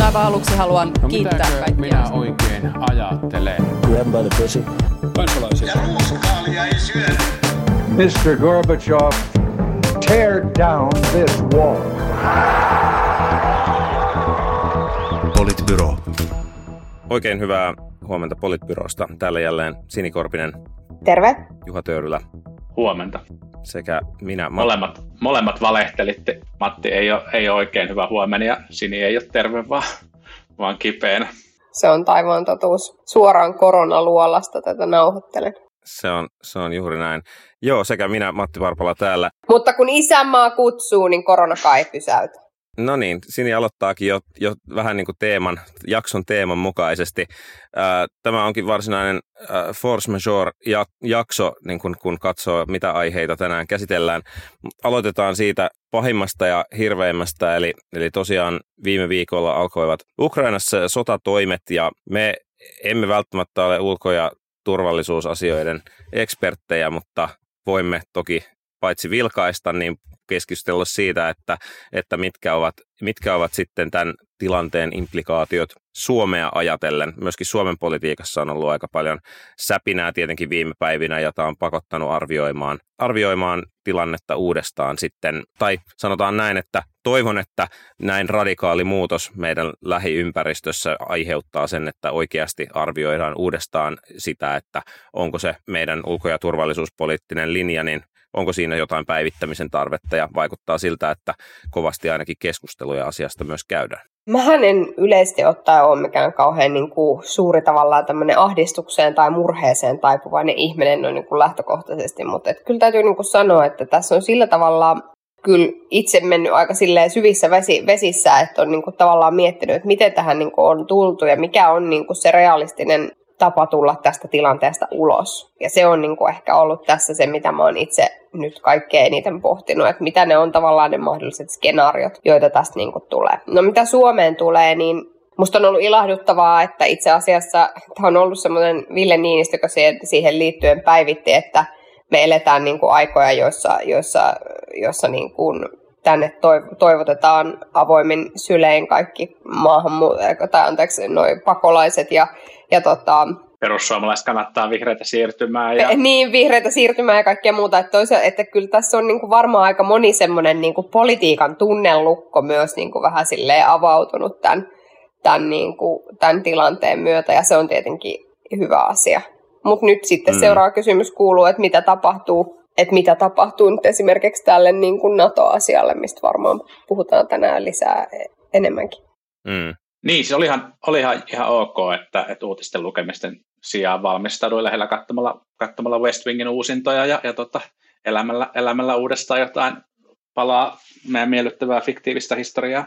aivan aluksi haluan kiittää kaikkia. Minä oikein ajattelen? Grab by the pussy. Kansalaisia. Ja ruuskaalia ei syödä. Mr. Gorbachev, tear down this wall. Politbyro. Oikein hyvää huomenta Politbyrosta. Täällä jälleen Sini Korpinen. Terve. Juha Töyrylä. Huomenta. Sekä minä. Molemmat valehtelitte. Matti ei ole oikein hyvä huomenna ja Sini ei ole terve, vaan kipeänä. Se on taivaan totuus. Suoraan koronaluolasta tätä nauhoittelen. Se on juuri näin. Joo, sekä minä, Matti Varpala täällä. Mutta kun isänmaa kutsuu, niin korona ei pysäytä. No niin, Sini aloittaakin jo vähän niin kuin jakson teeman mukaisesti. Tämä onkin varsinainen force majeure-jakso, niin kun katsoo, mitä aiheita tänään käsitellään. Aloitetaan siitä pahimmasta ja hirveimmästä, eli tosiaan viime viikolla alkoivat Ukrainassa sotatoimet, ja me emme välttämättä ole ulko- ja turvallisuusasioiden eksperttejä, mutta voimme toki paitsi vilkaista, niin keskustella siitä, että mitkä ovat sitten tämän tilanteen implikaatiot Suomea ajatellen. Myöskin Suomen politiikassa on ollut aika paljon säpinää tietenkin viime päivinä, ja tämä on pakottanut arvioimaan tilannetta uudestaan sitten. Tai sanotaan näin, että toivon, että näin radikaali muutos meidän lähiympäristössä aiheuttaa sen, että oikeasti arvioidaan uudestaan sitä, että onko se meidän ulko- ja turvallisuuspoliittinen linja, niin onko siinä jotain päivittämisen tarvetta, ja vaikuttaa siltä, että kovasti ainakin keskusteluja asiasta myös käydään. Mähän en yleisesti ottaen ole mikään kauhean suuri tavallaan tämmöinen ahdistukseen tai murheeseen taipuvainen ihminen noin lähtökohtaisesti, mutta kyllä täytyy sanoa, että tässä on sillä tavalla kyllä itse mennyt aika syvissä vesissä, että on tavallaan miettinyt, että miten tähän on tultu ja mikä on se realistinen tapa tulla tästä tilanteesta ulos. Ja se on ehkä ollut tässä se, mitä mä oon itse nyt kaikkein eniten pohtinut, että mitä ne on tavallaan ne mahdolliset skenaariot, joita tästä tulee. No mitä Suomeen tulee, niin musta on ollut ilahduttavaa, että itse asiassa tämä on ollut semmoinen Ville Niinistö, joka siihen liittyen päivitti, että me eletään aikoja, joissa tänne toivotetaan avoimin sylein kaikki pakolaiset ja perussuomalaiset kannattaa vihreitä siirtymää. Niin, vihreitä siirtymää ja kaikkea muuta. Että kyllä tässä on varmaan aika moni semmoinen politiikan tunnelukko myös vähän silleen avautunut tämän tilanteen myötä, ja se on tietenkin hyvä asia. Mutta nyt sitten seuraava kysymys kuuluu, että mitä tapahtuu nyt esimerkiksi tälle NATO-asialle, mistä varmaan puhutaan tänään lisää enemmänkin. Niin, siis olihan ihan ok, että uutisten lukemisten sijaan valmistauduin lähellä katsomalla West Wingin uusintoja ja elämällä uudestaan jotain palaa meidän miellyttävää fiktiivistä historiaa.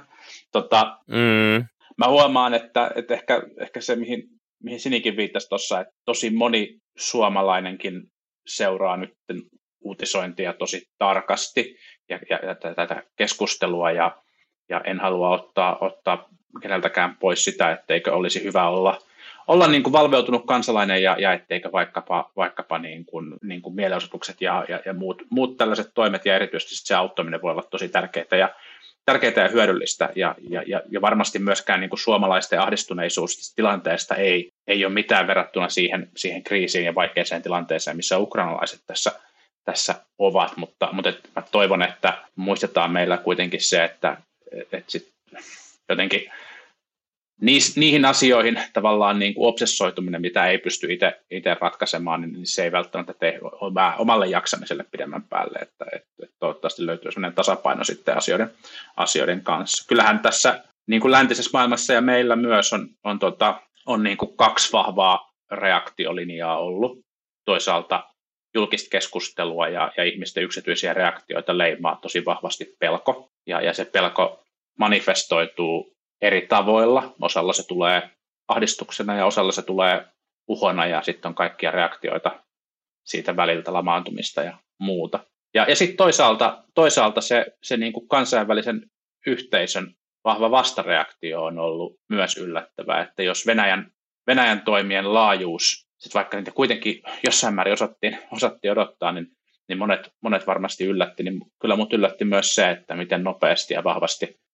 Mä huomaan, että ehkä se, mihin Sinikin viittasi tuossa, että tosi moni suomalainenkin seuraa nyt uutisointia tosi tarkasti ja tätä keskustelua, ja en halua ottaa keneltäkään pois sitä, etteikö olisi hyvä olla valveutunut kansalainen ja etteikö vaikkapa niin kuin mielenosoitukset ja muut tällaiset toimet ja erityisesti se auttaminen voi olla tosi tärkeää ja hyödyllistä, ja varmasti myöskään niin kuin suomalaisten ahdistuneisuus tilanteesta ei ole mitään verrattuna siihen kriisiin ja vaikeaseen tilanteeseen, missä ukrainalaiset tässä ovat, mutta mä toivon, että muistetaan meillä kuitenkin se, että sit jotenkin niihin asioihin tavallaan niin kuin obsessoituminen, mitä ei pysty itse ratkaisemaan, niin se ei välttämättä tee omalle jaksamiselle pidemmän päälle, että toivottavasti löytyy sellainen tasapaino sitten asioiden kanssa. Kyllähän tässä niin kuin läntisessä maailmassa ja meillä myös on niin kuin kaksi vahvaa reaktiolinjaa ollut. Toisaalta julkista keskustelua ja ihmisten yksityisiä reaktioita leimaa tosi vahvasti pelko, ja se pelko manifestoituu eri tavoilla. Osalla se tulee ahdistuksena ja osalla se tulee uhona, ja sitten on kaikkia reaktioita siitä väliltä, lamaantumista ja muuta. Ja sitten toisaalta se niin kuin kansainvälisen yhteisön vahva vastareaktio on ollut myös yllättävää, että jos Venäjän toimien laajuus, sit vaikka niitä kuitenkin jossain määrin osattiin odottaa, niin monet varmasti yllätti, niin kyllä mut yllätti myös se, että miten nopeasti ja vahvasti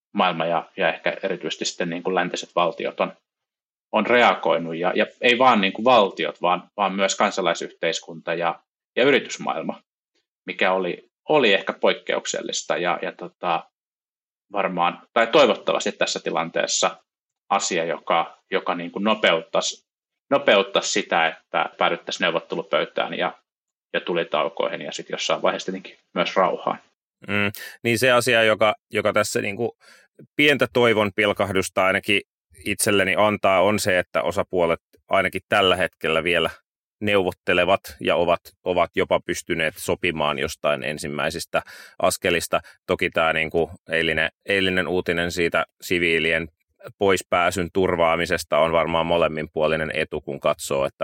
maailma ja ehkä erityisesti sitten niin kuin läntiset valtiot on reagoinut, ja ei vaan niin kuin valtiot, vaan myös kansalaisyhteiskunta ja yritysmaailma, mikä oli ehkä poikkeuksellista ja varmaan, tai toivottavasti tässä tilanteessa asia, joka niin kuin nopeuttaisi sitä, että päädyttäisiin neuvottelupöytään ja tulitaukoihin ja sitten jossain vaiheessa tietenkin myös rauhaan. Niin se asia, joka tässä niin kuin pientä toivon pilkahdusta ainakin itselleni antaa, on se, että osapuolet ainakin tällä hetkellä vielä neuvottelevat ja ovat jopa pystyneet sopimaan jostain ensimmäisistä askelista. Toki tämä niin kuin eilinen uutinen siitä siviilien poispääsyn turvaamisesta on varmaan molemminpuolinen etu, kun katsoo, että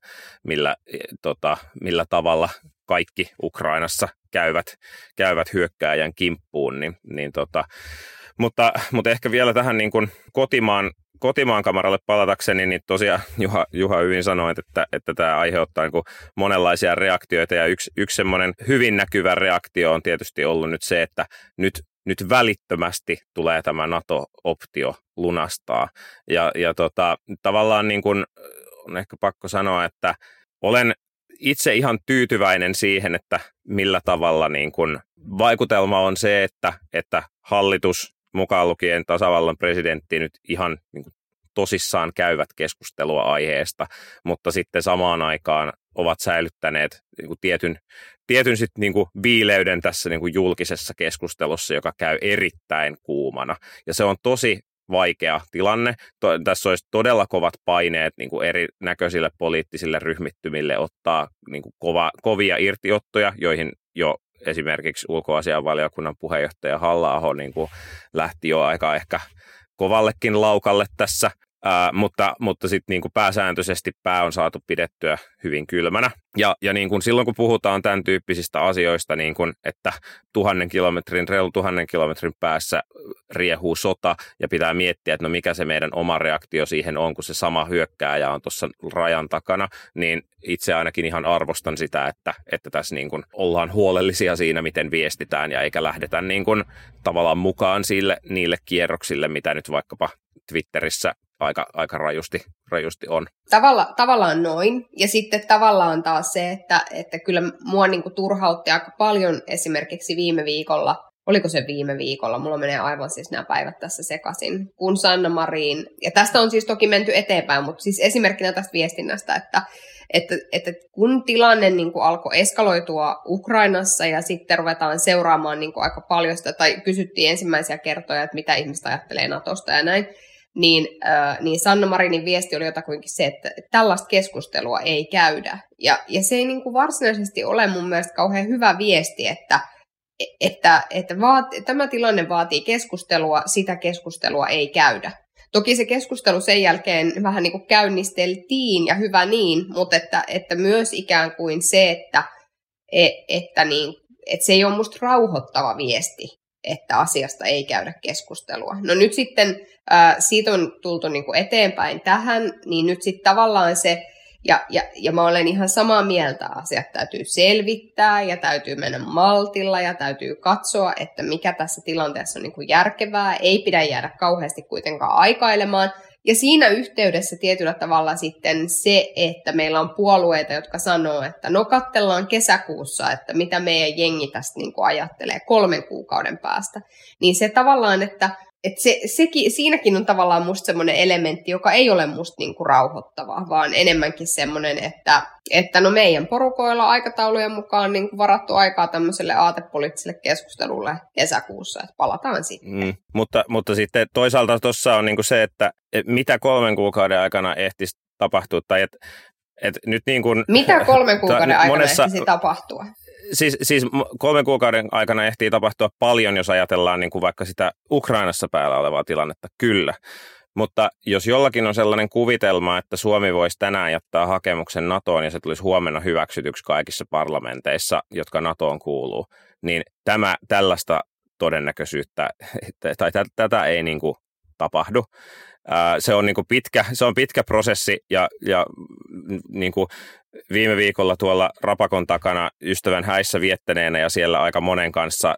millä tavalla kaikki Ukrainassa käyvät hyökkääjän kimppuun. Mutta ehkä vielä tähän niin kuin kotimaan kamaralle palatakseni, niin tosiaan Juha hyvin sanoi, että tämä aiheuttaa niin kuin monenlaisia reaktioita, ja yksi semmoinen hyvin näkyvä reaktio on tietysti ollut nyt se, että nyt välittömästi tulee tämä NATO-optio lunastaa. Ja tavallaan niin kuin on ehkä pakko sanoa, että olen itse ihan tyytyväinen siihen, että millä tavalla niin kuin vaikutelma on se, että hallitus, mukaan lukien tasavallan presidentti, nyt ihan niin kuin tosissaan käyvät keskustelua aiheesta, mutta sitten samaan aikaan ovat säilyttäneet niin kuin tietyn sit niin kuin viileyden tässä niin kuin julkisessa keskustelussa, joka käy erittäin kuumana. Ja se on tosi vaikea tilanne. Tässä olisi todella kovat paineet niin kuin erinäköisille poliittisille ryhmittymille ottaa niin kuin kovia irtiottoja, joihin jo esimerkiksi ulkoasiainvaliokunnan puheenjohtaja Halla-aho niin kuin lähti jo aika ehkä kovallekin laukalle tässä, mutta sitten niin kuin pääsääntöisesti pää on saatu pidettyä hyvin kylmänä. Ja niin kuin silloin, kun puhutaan tämän tyyppisistä asioista, niin kuin, että reilu 1000 kilometrin päässä riehuu sota ja pitää miettiä, että no mikä se meidän oma reaktio siihen on, kun se sama hyökkääjä on tuossa rajan takana, niin itse ainakin ihan arvostan sitä, että tässä niin kuin ollaan huolellisia siinä, miten viestitään ja eikä lähdetä niin kuin tavallaan mukaan niille kierroksille, mitä nyt vaikkapa Twitterissä aika rajusti on. Tavallaan noin. Ja sitten tavallaan taas se, että kyllä mua niinku turhautti aika paljon esimerkiksi viime viikolla. Oliko se viime viikolla? Mulla menee aivan siis nämä päivät tässä sekaisin. Kun Sanna Marin, ja tästä on siis toki menty eteenpäin, mutta siis esimerkkinä tästä viestinnästä, että kun tilanne niin kuin alkoi eskaloitua Ukrainassa ja sitten ruvetaan seuraamaan niin kuin aika paljon sitä, tai kysyttiin ensimmäisiä kertoja, että mitä ihmiset ajattelee Natosta ja näin, niin Sanna Marinin viesti oli jotakuinkin se, että tällaista keskustelua ei käydä. Ja se ei niin kuin varsinaisesti ole mun mielestä kauhean hyvä viesti, että tämä tilanne vaatii keskustelua, sitä keskustelua ei käydä. Toki se keskustelu sen jälkeen vähän niin kuin käynnisteltiin ja hyvä niin, mutta että myös ikään kuin se, että se ei ole musta rauhoittava viesti, että asiasta ei käydä keskustelua. No nyt sitten siitä on tultu niin kuin eteenpäin tähän, niin nyt sitten tavallaan se, ja mä olen ihan samaa mieltä, asiat täytyy selvittää ja täytyy mennä maltilla ja täytyy katsoa, että mikä tässä tilanteessa on niin kuin järkevää, ei pidä jäädä kauheasti kuitenkaan aikailemaan. Ja siinä yhteydessä tietyllä tavalla sitten se, että meillä on puolueita, jotka sanoo, että no katsellaan kesäkuussa, että mitä meidän jengi tästä niin kuin ajattelee 3 kuukauden päästä, niin se tavallaan, että siinäkin on tavallaan musta semmoinen elementti, joka ei ole musta niinku rauhoittava, vaan enemmänkin semmoinen, että no meidän porukoilla aikataulujen mukaan niinku varattu aikaa tämmöiselle aatepoliittiselle keskustelulle kesäkuussa, että palataan sitten. Mutta sitten toisaalta tuossa on niinku se, että mitä 3 kuukauden aikana ehtisi tapahtua, tai et nyt niin kuin, mitä 3 kuukauden aikana ehtisi tapahtua? Siis 3 kuukauden aikana ehtii tapahtua paljon, jos ajatellaan niin kuin vaikka sitä Ukrainassa päällä olevaa tilannetta, kyllä. Mutta jos jollakin on sellainen kuvitelma, että Suomi voisi tänään jättää hakemuksen NATOon ja se tulisi huomenna hyväksytyksi kaikissa parlamenteissa, jotka NATOon kuuluu, niin tällaista todennäköisyyttä, tai tätä ei niin kuin tapahdu. Se on, niin kuin pitkä prosessi ja niin kuin viime viikolla tuolla Rapakon takana ystävän häissä viettäneenä ja siellä aika monen kanssa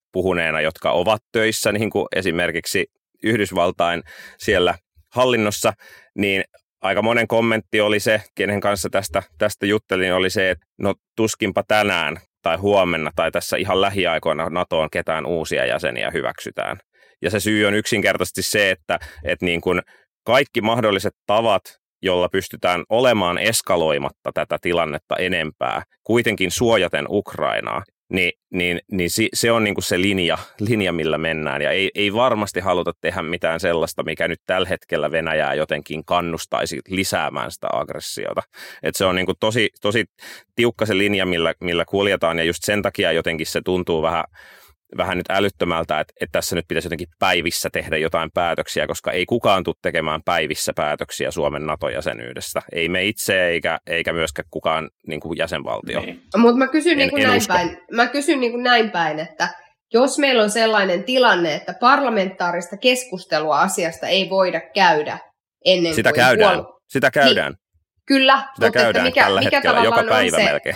puhuneena, jotka ovat töissä, niin kuin esimerkiksi Yhdysvaltain siellä hallinnossa, niin aika monen kommentti oli se, kenen kanssa tästä juttelin, oli se, että no tuskinpa tänään tai huomenna tai tässä ihan lähiaikoina NATOon ketään uusia jäseniä hyväksytään. Ja se syy on yksinkertaisesti se, että niin kuin kaikki mahdolliset tavat, jolla pystytään olemaan eskaloimatta tätä tilannetta enempää, kuitenkin suojaten Ukrainaa, niin se on niin kuin se linja, millä mennään. Ja ei varmasti haluta tehdä mitään sellaista, mikä nyt tällä hetkellä Venäjää jotenkin kannustaisi lisäämään sitä aggressiota. Et se on niin kuin tosi tiukka se linja, millä kuljetaan, ja just sen takia jotenkin se tuntuu vähän nyt älyttömältä, että tässä nyt pitäisi jotenkin päivissä tehdä jotain päätöksiä, koska ei kukaan tule tekemään päivissä päätöksiä Suomen NATO-jäsenyydestä. Ei me itse eikä myöskään kukaan niin kuin jäsenvaltio. Mutta mä kysyn näin päin, että jos meillä on sellainen tilanne, että parlamentaarista keskustelua asiasta ei voida käydä ennen sitä kuin käydään. Sitä käydään. Kyllä, sitä käydään tällä hetkellä joka päivä melkein.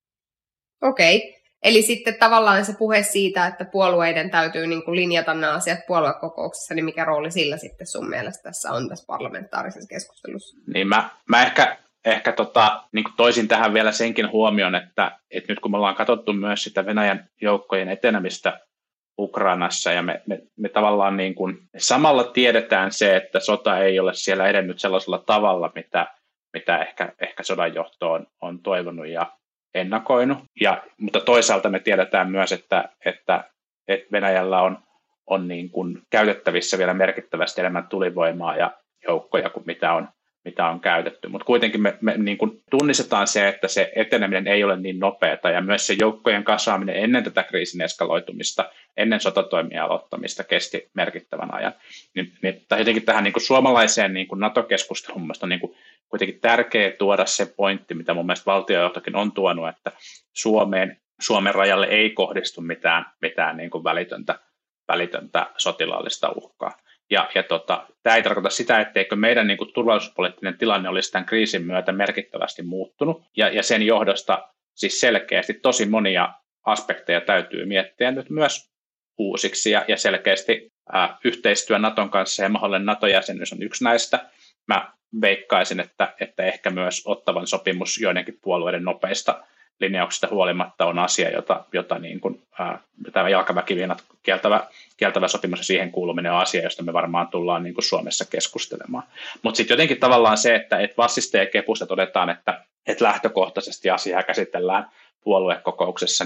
Okei. Eli sitten tavallaan se puhe siitä, että puolueiden täytyy niin kuin linjata nämä asiat puoluekokouksessa, niin mikä rooli sillä sitten sun mielestä tässä on tässä parlamentaarisessa keskustelussa? Niin mä ehkä niin kuin toisin tähän vielä senkin huomioon, että nyt kun me ollaan katsottu myös sitä Venäjän joukkojen etenemistä Ukrainassa ja me tavallaan niin kuin samalla tiedetään se, että sota ei ole siellä edennyt sellaisella tavalla, mitä ehkä sodanjohto on toivonut ja ennakoinut, mutta toisaalta me tiedetään myös, että Venäjällä on niin kuin käytettävissä vielä merkittävästi enemmän tulivoimaa ja joukkoja kuin mitä on käytetty. Mutta kuitenkin me niin kuin tunnistetaan se, että se eteneminen ei ole niin nopeata, ja myös se joukkojen kasvaaminen ennen tätä kriisin eskaloitumista, ennen sotatoimien aloittamista kesti merkittävän ajan. Tai jotenkin tähän niin kuin suomalaiseen niin kuin NATO-keskusteluun mielestäni on niin kuin kuitenkin tärkeää tuoda se pointti, mitä mun mielestä valtiojohtokin on tuonut, että Suomen rajalle ei kohdistu mitään niin kuin välitöntä sotilaallista uhkaa. Ja tämä ei tarkoita sitä, etteikö meidän niin kuin turvallisuuspoliittinen tilanne olisi tämän kriisin myötä merkittävästi muuttunut. Ja sen johdosta siis selkeästi tosi monia aspekteja täytyy miettiä nyt myös uusiksi. Ja selkeästi yhteistyö Naton kanssa ja mahdollinen NATO-jäsenyys on yksi näistä. Mä veikkaisin, että ehkä myös Ottawan sopimus joidenkin puolueiden nopeista linjauksista huolimatta on asia, jota niin kuin, tämä jalkaväkimiinat kieltävä sopimus ja siihen kuuluminen on asia, josta me varmaan tullaan niin kuin Suomessa keskustelemaan. Mutta sitten jotenkin tavallaan se, että Vassista ja Kepusta todetaan, että lähtökohtaisesti asiaa käsitellään puoluekokouksessa,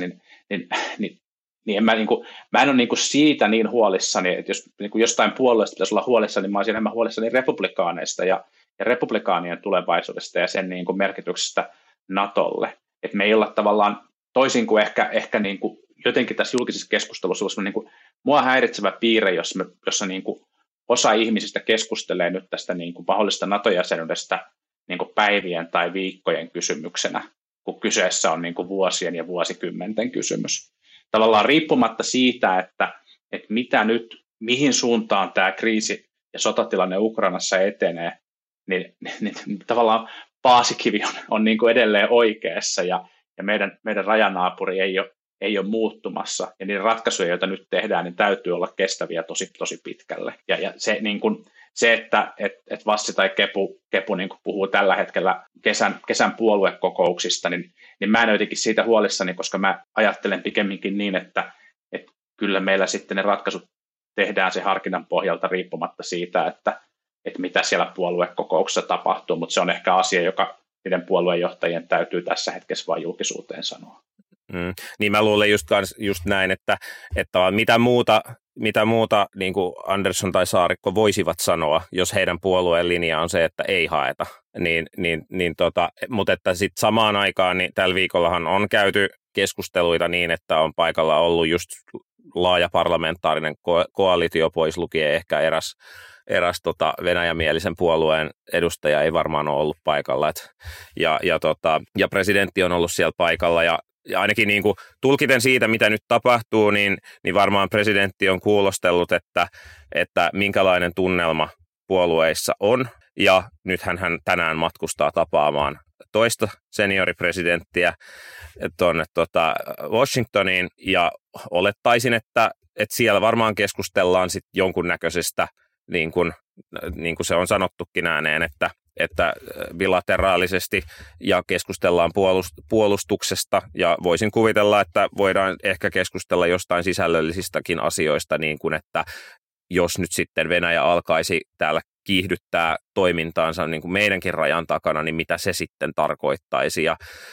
niin mä en ole niin kuin siitä niin huolissani, että jos niin kuin jostain puolueesta pitäisi olla huolissani, niin mä olisin enemmän huolissani republikaaneista ja republikaanien tulevaisuudesta ja sen niin kuin merkityksestä NATOlle. Että me ei olla tavallaan toisin kuin ehkä niin kuin jotenkin tässä julkisessa keskustelussa on niin kuin mua häiritsevä piirre, jossa niin kuin osa ihmisistä keskustelee nyt tästä niin kuin mahdollisesta NATO-jäsenyydestä niin kuin päivien tai viikkojen kysymyksenä, kun kyseessä on niin kuin vuosien ja vuosikymmenten kysymys. Tavallaan riippumatta siitä, että mitä nyt, mihin suuntaan tämä kriisi ja sotatilanne Ukrainassa etenee, niin tavallaan Paasikivi on niin kuin edelleen oikeassa ja meidän rajanaapuri ei ole muuttumassa. Ja niiden ratkaisuja, joita nyt tehdään, niin täytyy olla kestäviä tosi pitkälle. Ja se, niin kuin, se että Vassi tai Kepu niin kuin puhuu tällä hetkellä kesän puoluekokouksista, niin mä en ole jotenkin siitä huolissani, koska mä ajattelen pikemminkin niin, että kyllä meillä sitten ne ratkaisut tehdään se harkinnan pohjalta riippumatta siitä, että mitä siellä puoluekokouksessa tapahtuu, mutta se on ehkä asia, joka niiden puoluejohtajien täytyy tässä hetkessä vain julkisuuteen sanoa. Niin mä luulen just näin, että mitä muuta niin kuin Andersson tai Saarikko voisivat sanoa, jos heidän puolueen linja on se, että ei haeta. Mutta että sitten samaan aikaan niin tällä viikollahan on käyty keskusteluita niin, että on paikalla ollut just laaja parlamentaarinen koalitio, pois lukien ehkä eräs venäjämielisen puolueen edustaja ei varmaan ole ollut paikalla. Ja presidentti on ollut siellä paikalla ja ainakin niin kuin tulkiten siitä, mitä nyt tapahtuu, niin varmaan presidentti on kuulostellut, että minkälainen tunnelma puolueissa on. Ja nythän hän tänään matkustaa tapaamaan toista senioripresidenttiä tuonne Washingtoniin ja olettaisin, että siellä varmaan keskustellaan sit jonkunnäköisestä, niin kuin se on sanottukin ääneen, että bilateraalisesti ja keskustellaan puolustuksesta ja voisin kuvitella, että voidaan ehkä keskustella jostain sisällöllisistäkin asioista, niin kuin että jos nyt sitten Venäjä alkaisi täällä kiihdyttää toimintaansa niin kuin meidänkin rajan takana, niin mitä se sitten tarkoittaisi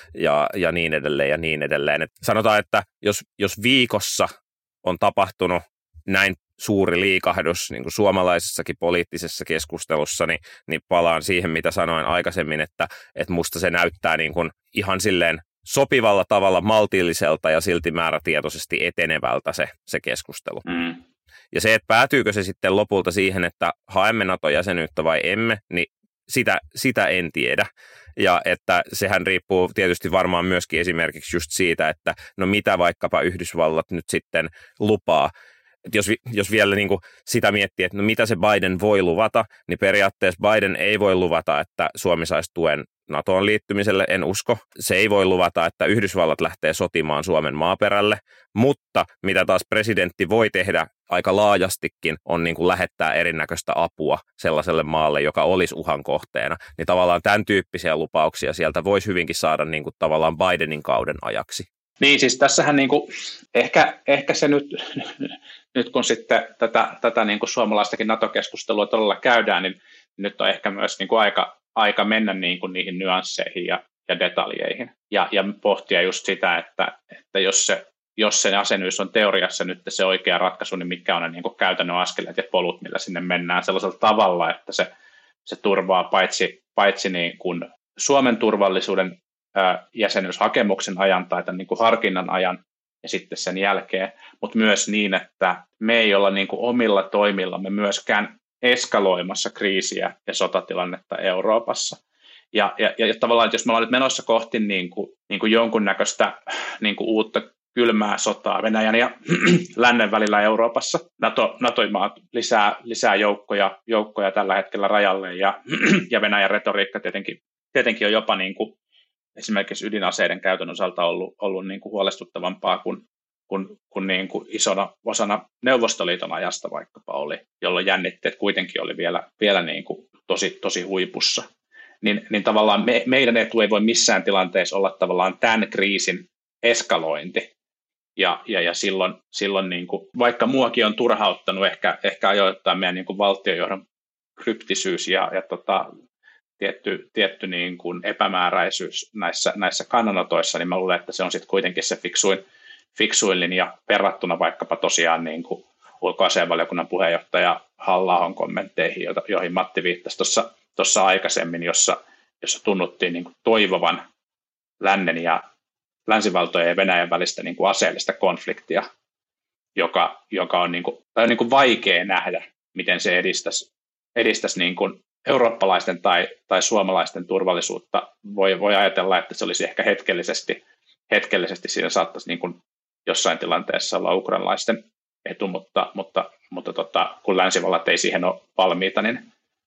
ja niin edelleen ja niin edelleen. Et sanotaan, että jos viikossa on tapahtunut näin suuri liikahdus niin kuin suomalaisessakin poliittisessa keskustelussa, niin palaan siihen, mitä sanoin aikaisemmin, että musta se näyttää niin kuin ihan silleen sopivalla tavalla maltilliselta ja silti määrätietoisesti etenevältä se keskustelu. Mm. Ja se, että päätyykö se sitten lopulta siihen, että haemme NATO-jäsenyyttä vai emme, niin sitä en tiedä. Ja että sehän riippuu tietysti varmaan myöskin esimerkiksi just siitä, että no mitä vaikkapa Yhdysvallat nyt sitten lupaa. Että jos vielä niin kuin sitä miettii, että no mitä se Biden voi luvata, niin periaatteessa Biden ei voi luvata, että Suomi saisi tuen NATOon liittymiselle, en usko. Se ei voi luvata, että Yhdysvallat lähtee sotimaan Suomen maaperälle, mutta mitä taas presidentti voi tehdä aika laajastikin, on niin kuin lähettää erinäköistä apua sellaiselle maalle, joka olisi uhan kohteena. Niin tavallaan tämän tyyppisiä lupauksia sieltä voisi hyvinkin saada niin kuin tavallaan Bidenin kauden ajaksi. Niin, siis tässähän niin kuin, ehkä se nyt kun sitten tätä niin kuin suomalaistakin NATO-keskustelua todella käydään, niin nyt on ehkä myös niin kuin aika mennä niin kuin niihin nyansseihin ja detaljeihin ja pohtia just sitä, että jos se jäsenyys on teoriassa nyt se oikea ratkaisu, niin mitkä on ne niin kuin käytännön askeleet ja polut, millä sinne mennään sellaisella tavalla, että se turvaa paitsi niin kuin Suomen turvallisuuden jäsenyyshakemuksen ajan tai tämän niin kuin harkinnan ajan ja sitten sen jälkeen, mutta myös niin, että me ei olla niin kuin omilla toimillamme myöskään eskaloimassa kriisiä ja sotatilannetta Euroopassa. Ja tavallaan, että jos me ollaan nyt menossa kohti niin kuin jonkunnäköistä niin kuin uutta kylmää sotaa Venäjän ja lännen välillä Euroopassa, NATO-maat lisää joukkoja tällä hetkellä rajalle ja Venäjän retoriikka tietenkin on jopa niin kuin esimerkiksi ydinaseiden käytön osalta ollut niin kuin huolestuttavampaa kuin niin kuin isona osana Neuvostoliiton ajasta vaikkapa oli, jolloin jännitteet kuitenkin oli vielä niin kuin tosi huipussa. Niin tavallaan meidän etu ei voi missään tilanteessa olla tavallaan tämän kriisin eskalointi. Ja silloin niin kuin, vaikka muakin on turhauttanut ehkä ajoittain meidän niin kuin valtiojohdon kryptisyys ja tietty niin kuin epämääräisyys näissä kannanotoissa, niin mä luulen, että se on sitten kuitenkin se fiksuin linja verrattuna vaikkapa tosiaan niin kuin ulkoasiainvaliokunnan puheenjohtaja Halla-ahon kommentteihin, joihin Matti viittasi tuossa aikaisemmin, jossa tunnuttiin niin kuin toivovan lännen ja länsivaltojen ja Venäjän välistä niin kuin aseellista konfliktia, joka on, niin kuin vaikea nähdä, miten se edistäisi niin kuin eurooppalaisten tai suomalaisten turvallisuutta. Voi ajatella, että se olisi ehkä hetkellisesti siinä saattaisi niin kuin jossain tilanteessa olla ukrainalaisten etu, mutta kun länsivallat ei siihen ole valmiita, niin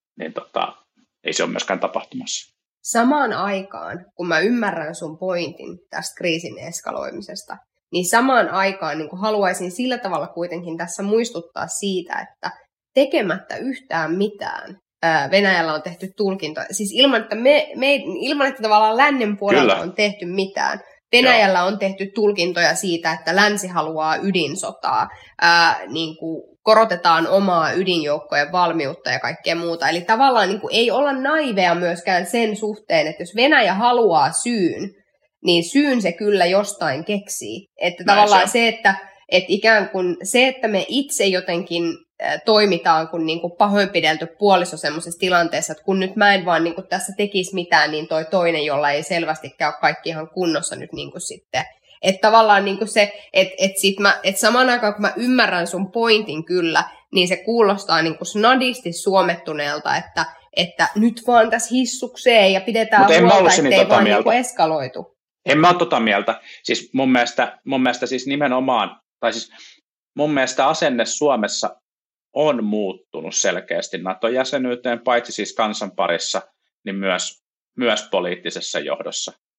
ei se ole myöskään tapahtumassa. Samaan aikaan, kun mä ymmärrän sun pointin tästä kriisin eskaloimisesta, niin samaan aikaan niin haluaisin sillä tavalla kuitenkin tässä muistuttaa siitä, että tekemättä yhtään mitään Venäjällä on tehty tulkintoja. Siis ilman, että tavallaan lännen puolella on tehty mitään. Venäjällä on tehty tulkintoja siitä, että länsi haluaa ydinsotaa, niin kuin korotetaan omaa ydinjoukkojen valmiutta ja kaikkea muuta. Eli tavallaan niin kuin ei olla naiveja myöskään sen suhteen, että jos Venäjä haluaa syyn, niin syyn se kyllä jostain keksii. Että tavallaan se, että ikään kuin se, että me itse jotenkin toimitaan kuin niinku pahoinpidelty puoliso semmoisessa tilanteessa, että kun nyt mä en vaan niinku tässä tekisi mitään, niin toi toinen, jolla ei selvästikään ole kaikki ihan kunnossa nyt niinku sitten. Että tavallaan niinku se, että samaan aikaan kun mä ymmärrän sun pointin kyllä, niin se kuulostaa niinku snadisti suomettuneelta, että nyt vaan tässä hissukseen ja pidetään huolta, ettei vaan niinku eskaloitu. En mä ole tota mieltä. Siis mun mielestä siis nimenomaan, tai siis mun mielestä asenne Suomessa on muuttunut selkeästi NATO-jäsenyyteen, paitsi siis kansan parissa, niin myös poliittisessa johdossa.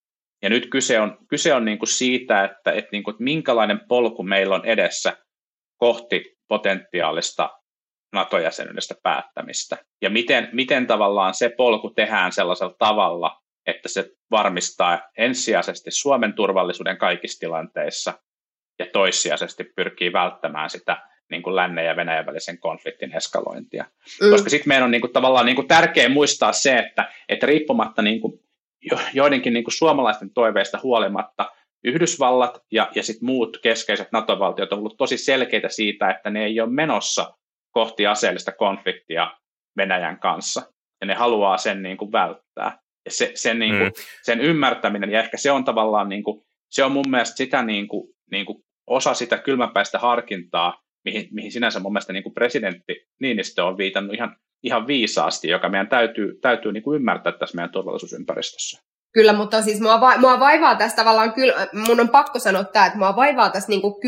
Ja nyt kyse on niin kuin siitä, että minkälainen polku meillä on edessä kohti potentiaalista NATO-jäsenyydestä päättämistä. Ja miten tavallaan se polku tehdään sellaisella tavalla, että se varmistaa ensisijaisesti Suomen turvallisuuden kaikissa tilanteissa ja toissijaisesti pyrkii välttämään sitä niin kuin lännen ja Venäjän välisen konfliktin eskalointia. Koska sitten meidän on niin kuin, tavallaan niin kuin tärkeää muistaa se, että riippumatta niin kuin joidenkin niin kuin suomalaisten toiveista huolimatta Yhdysvallat ja sitten muut keskeiset NATO-valtiot on ollut tosi selkeitä siitä, että ne ei ole menossa kohti aseellista konfliktia Venäjän kanssa, ja ne haluaa sen niin kuin välttää. Ja sen ymmärtäminen, ja ehkä se on tavallaan, niin kuin, se on mun mielestä sitä niin kuin osa sitä kylmäpäistä harkintaa, mihin sinänsä mun mielestä niin kuin presidentti Niinistö on viitannut ihan viisaasti, joka meidän täytyy niin kuin ymmärtää tässä meidän turvallisuusympäristössä. Kyllä, mutta siis mua vaivaa tässä tavallaan, mun on pakko sanoa tämä, että mua vaivaa tässä niin kuin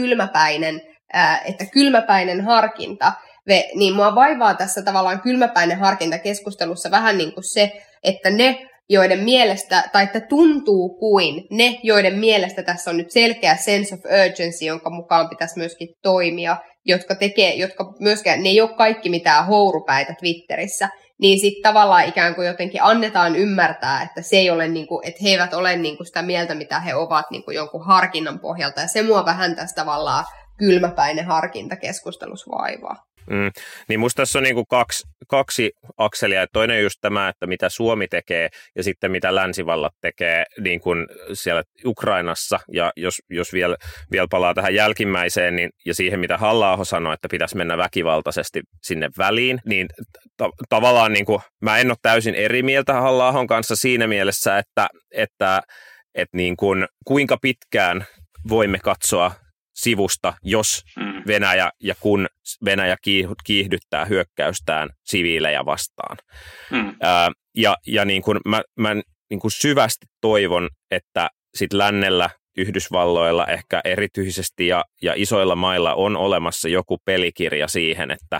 kylmäpäinen harkinta, niin mua vaivaa tässä tavallaan kylmäpäinen harkinta keskustelussa vähän niin kuin se, että ne, joiden mielestä, tai että tuntuu kuin ne, joiden mielestä tässä on nyt selkeä sense of urgency, jonka mukaan pitäisi myöskin toimia, jotka myöskään, ne ei ole kaikki mitään hourupäitä Twitterissä, niin sitten tavallaan ikään kuin jotenkin annetaan ymmärtää, että se ei ole niinku, että he eivät ole niinku sitä mieltä, mitä he ovat niinku jonkun harkinnan pohjalta, ja se mua vähän tässä tavallaan kylmäpäinen harkinta keskustelussa vaivaa. Niin musta tässä on niinku kaksi akselia. Et toinen on just tämä, että mitä Suomi tekee ja sitten mitä länsivallat tekee niin kuin siellä Ukrainassa. Ja jos vielä palaa tähän jälkimmäiseen niin, ja siihen, mitä Halla-aho sanoi, että pitäisi mennä väkivaltaisesti sinne väliin, niin tavallaan niinku, mä en ole täysin eri mieltä Halla-ahon kanssa siinä mielessä, että niin kuin, kuinka pitkään voimme katsoa sivusta, jos Venäjä ja kun Venäjä kiihdyttää hyökkäystään siviilejä vastaan. Ja niin kuin mä niin kuin syvästi toivon, että sit lännellä, Yhdysvalloilla ehkä erityisesti ja isoilla mailla on olemassa joku pelikirja siihen, että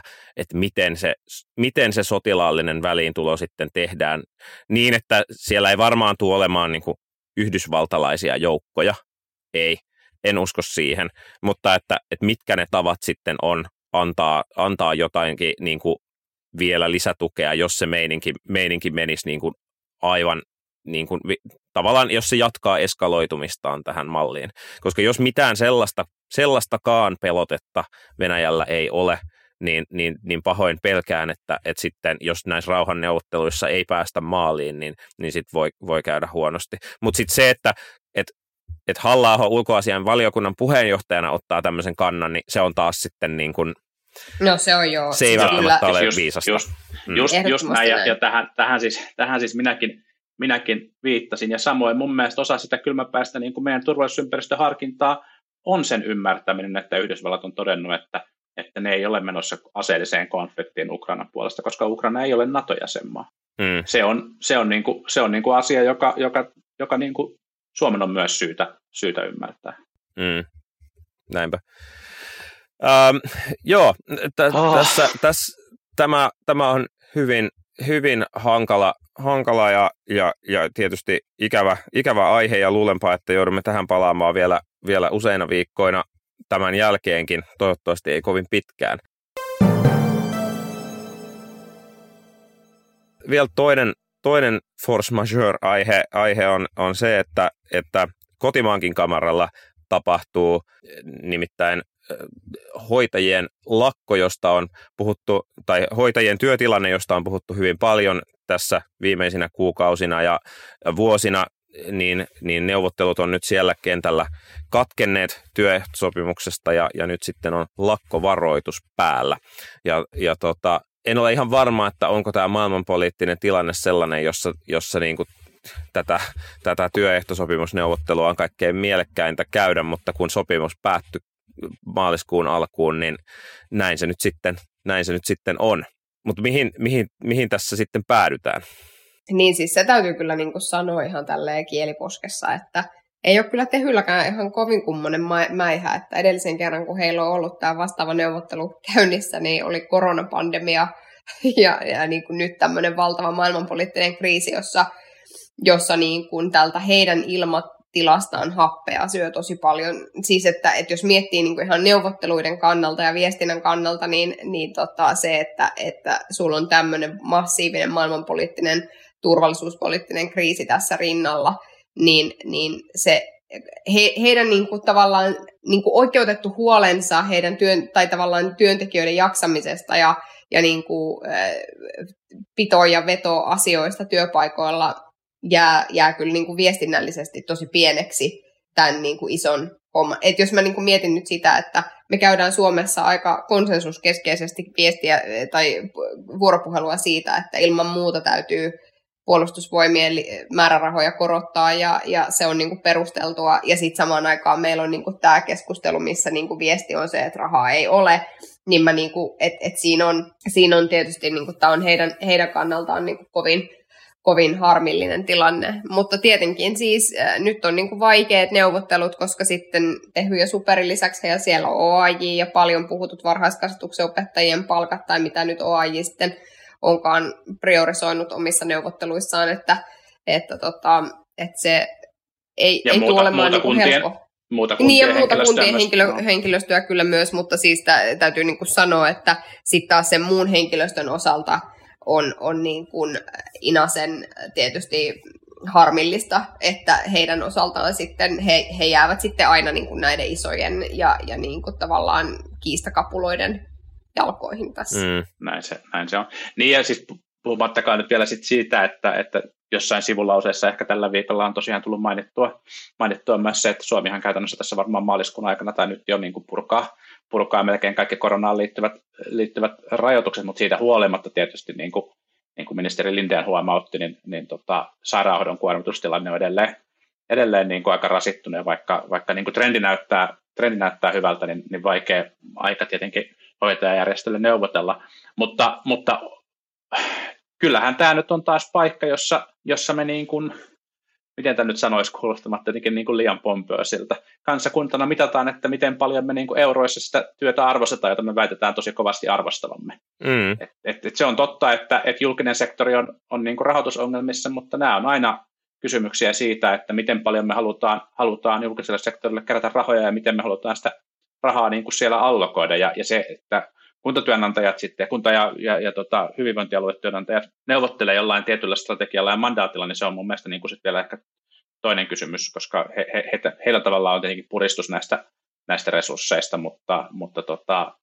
miten se sotilaallinen väliintulo sitten tehdään niin, että siellä ei varmaan tule olemaan niin kuin yhdysvaltalaisia joukkoja, en usko siihen, mutta että mitkä ne tavat sitten on antaa jotainkin niin kuin vielä lisätukea, jos se meininki menisi niin kuin aivan niin kuin, tavallaan, jos se jatkaa eskaloitumistaan tähän malliin. Koska jos mitään sellaistakaan pelotetta Venäjällä ei ole, niin pahoin pelkään, että sitten jos näissä rauhanneuvotteluissa ei päästä maaliin, niin sitten voi käydä huonosti. Mutta sitten se, että Halla-aho ulkoasian valiokunnan puheenjohtajana ottaa tämmöisen kannan, niin se on taas sitten niin kuin, no se on joo. Se ei välttämättä ole viisasta. Just näin, ja tähän siis minäkin viittasin, ja samoin mun mielestä osa sitä kylmäpäistä niin kuin meidän turvallisuusympäristön harkintaa on sen ymmärtäminen, että Yhdysvallat on todennut, että ne ei ole menossa aseelliseen konfliktiin Ukrainan puolesta, koska Ukraina ei ole NATO-jäsenmaa. Se on niin kuin asia, joka niin kuin Suomen on myös syytä ymmärtää. Näinpä. Joo, tämä on hyvin hankala ja tietysti ikävä aihe, ja luulenpa, että joudumme tähän palaamaan vielä useina viikkoina tämän jälkeenkin, toivottavasti ei kovin pitkään. Vielä toinen force majeure-aihe on se, että kotimaankin kamaralla tapahtuu nimittäin hoitajien lakko, josta on puhuttu, tai hoitajien työtilanne, josta on puhuttu hyvin paljon tässä viimeisinä kuukausina ja vuosina, niin neuvottelut on nyt siellä kentällä katkenneet työehtosopimuksesta ja nyt sitten on lakkovaroitus päällä. En ole ihan varma, että onko tämä maailmanpoliittinen tilanne sellainen, jossa niin kuin tätä työehtosopimusneuvottelua on kaikkein mielekkäintä käydä, mutta kun sopimus päättyi maaliskuun alkuun, niin näin se nyt sitten on. Mutta mihin tässä sitten päädytään? Niin siis se täytyy kyllä niin kuin sanoa ihan tälleen kieliposkessa, että ei ole kyllä Tehylläkään ihan kovin kummonen mäihä, että edellisen kerran kun heillä on ollut tämä vastaava neuvottelu käynnissä, niin oli koronapandemia ja niin kuin nyt tämmöinen valtava maailmanpoliittinen kriisi, jossa niin kuin tältä heidän tilastaan happea, syö tosi paljon. Siis, että jos miettii niin kuin ihan neuvotteluiden kannalta ja viestinnän kannalta, niin se, että sulla on tämmöinen massiivinen maailmanpoliittinen, turvallisuuspoliittinen kriisi tässä rinnalla, niin se heidän niin kuin tavallaan niin kuin oikeutettu huolensa heidän tavallaan työntekijöiden jaksamisesta ja niin kuin pito- ja veto-asioista työpaikoilla jää kyllä niin kuin viestinnällisesti tosi pieneksi tämän niin kuin ison homman. Et jos mä niin kuin mietin nyt sitä, että me käydään Suomessa aika konsensuskeskeisesti viestiä tai vuoropuhelua siitä, että ilman muuta täytyy puolustusvoimien määrärahoja korottaa ja se on niin kuin perusteltua. Ja sitten samaan aikaan meillä on niin kuin tämä keskustelu, missä niin kuin viesti on se, että rahaa ei ole. Niin mä niin kuin, että siinä on tietysti, niin kuin, tämä on heidän kannaltaan niin kuin kovin harmillinen tilanne. Mutta tietenkin siis nyt on niin kuin vaikeat neuvottelut, koska sitten Tehy ja Superin lisäksi ja siellä on OAJ ja paljon puhutut varhaiskasvatuksen opettajien palkat tai mitä nyt OAJ sitten onkaan priorisoinut omissa neuvotteluissaan, että se ei tule olemaan niin helppo. Muuta kuntien henkilöstöä kyllä myös, mutta siis täytyy niin kuin sanoa, että sitten taas sen muun henkilöstön osalta on niin kuin Inasen tietysti harmillista, että heidän osaltaan sitten he jäävät sitten aina niin kuin näiden isojen ja niin kuin tavallaan kiistakapuloiden jalkoihin tässä. Näin se on. Niin ja siis puhumattakaan nyt vielä siitä, että jossain sivulauseessa ehkä tällä viikolla on tosiaan tullut mainittua myös se, että Suomihan käytännössä tässä varmaan maaliskuun aikana tai nyt jo niin kuin purkaa melkein kaikki koronaan liittyvät rajoitukset, mutta siitä huolimatta tietysti niin kuin ministeri Lindén huomautti, niin sairaanhoidon kuormitustilanne on edelleen niin kuin aika rasittunut, ja vaikka niin kuin trendi näyttää hyvältä, niin vaikea aika tietenkin hoitajajärjestölle neuvotella, mutta kyllähän tämä nyt on taas paikka, jossa me niin kuin, miten tämä nyt sanoisi kuulostamatta jotenkin niin kuin liian pompöösiltä, kansakuntana mitataan, että miten paljon me niin kuin euroissa sitä työtä arvostetaan, jota me väitetään tosi kovasti arvostavamme. Et se on totta, että julkinen sektori on niin kuin rahoitusongelmissa, mutta nämä on aina kysymyksiä siitä, että miten paljon me halutaan julkiselle sektorille kerätä rahoja ja miten me halutaan sitä rahaa niin kuin siellä allokoida. Ja se, että kuntatyönantajat sitten, kunta- ja hyvinvointialuetyönantajat neuvottelee jollain tietyllä strategialla ja mandaatilla, niin se on mun mielestä niin kuin sitten vielä ehkä toinen kysymys, koska heillä tavallaan on tietenkin puristus näistä resursseista, mutta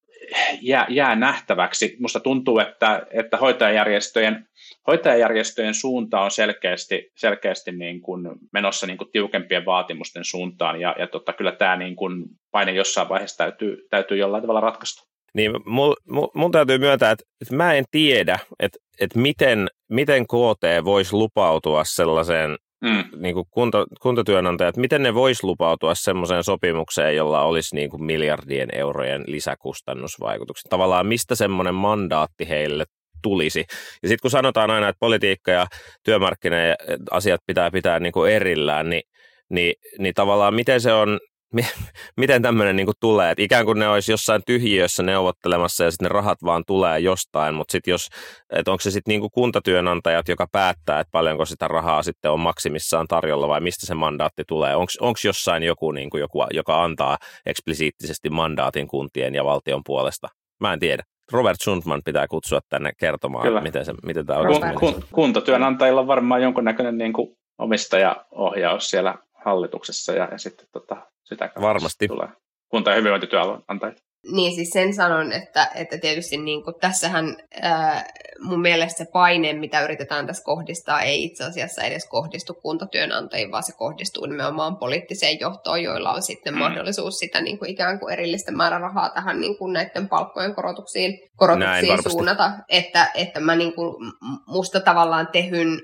jää nähtäväksi. Musta tuntuu, että hoitajajärjestöjen suunta on selkeästi niin kuin menossa niin kuin tiukempien vaatimusten suuntaan, ja kyllä tämä niin kuin paine jossain vaiheessa täytyy jollain tavalla ratkaista. Niin mun täytyy myöntää, että mä en tiedä, että miten KT voisi lupautua sellaiseen niin kuin kuntatyönantajat, miten ne vois lupautua semmoiseen sopimukseen, jolla olisi niin kuin miljardien eurojen lisäkustannusvaikutukset. Tavallaan mistä semmoinen mandaatti heille tulisi. Ja sitten kun sanotaan aina, että politiikka ja työmarkkina-asiat pitää niin kuin erillään, niin tavallaan miten se on, miten tämmöinen niin kuin tulee, että ikään kuin ne olisi jossain tyhjiössä neuvottelemassa ja sitten ne rahat vaan tulee jostain, mutta sitten onko se sitten niin kuin kuntatyönantajat, joka päättää, että paljonko sitä rahaa sitten on maksimissaan tarjolla vai mistä se mandaatti tulee? Onko jossain joku, niin kuin joka antaa eksplisiittisesti mandaatin kuntien ja valtion puolesta? Mä en tiedä. Robert Sundman pitää kutsua tänne kertomaan, kyllä, miten tämä oikeasti kuntatyönantajilla on varmaan jonkunnäköinen niin kuin omistajaohjaus siellä hallituksessa ja sitten sitä varmasti tulee kunta- ja hyvinvointityönantajat. Niin siis sen sanon, että tietysti niin kuin tässähän mun mielestä se paine, mitä yritetään tässä kohdistaa, ei itse asiassa edes kohdistu kuntatyönantajiin, vaan se kohdistuu nimenomaan poliittiseen johtoon, joilla on sitten mahdollisuus sitä niin kuin ikään kuin erillistä määrärahaa tähän niin kuin näiden palkkojen korotuksiin suunnata. Että mä niin kuin, musta tavallaan Tehyn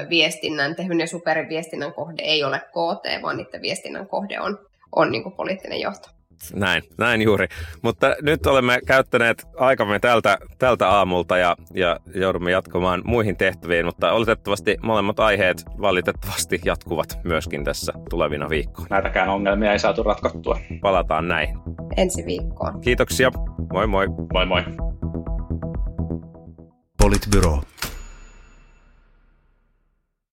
ja Superin viestinnän kohde ei ole KT, vaan niiden viestinnän kohde on niin kuin poliittinen johto. Näin juuri. Mutta nyt olemme käyttäneet aikamme tältä aamulta ja joudumme jatkamaan muihin tehtäviin, mutta oletettavasti molemmat aiheet valitettavasti jatkuvat myöskin tässä tulevina viikkoina. Näitäkään ongelmia ei saatu ratkottua. Palataan näihin ensi viikkoon. Kiitoksia. Moi moi. Moi moi. Politbyro.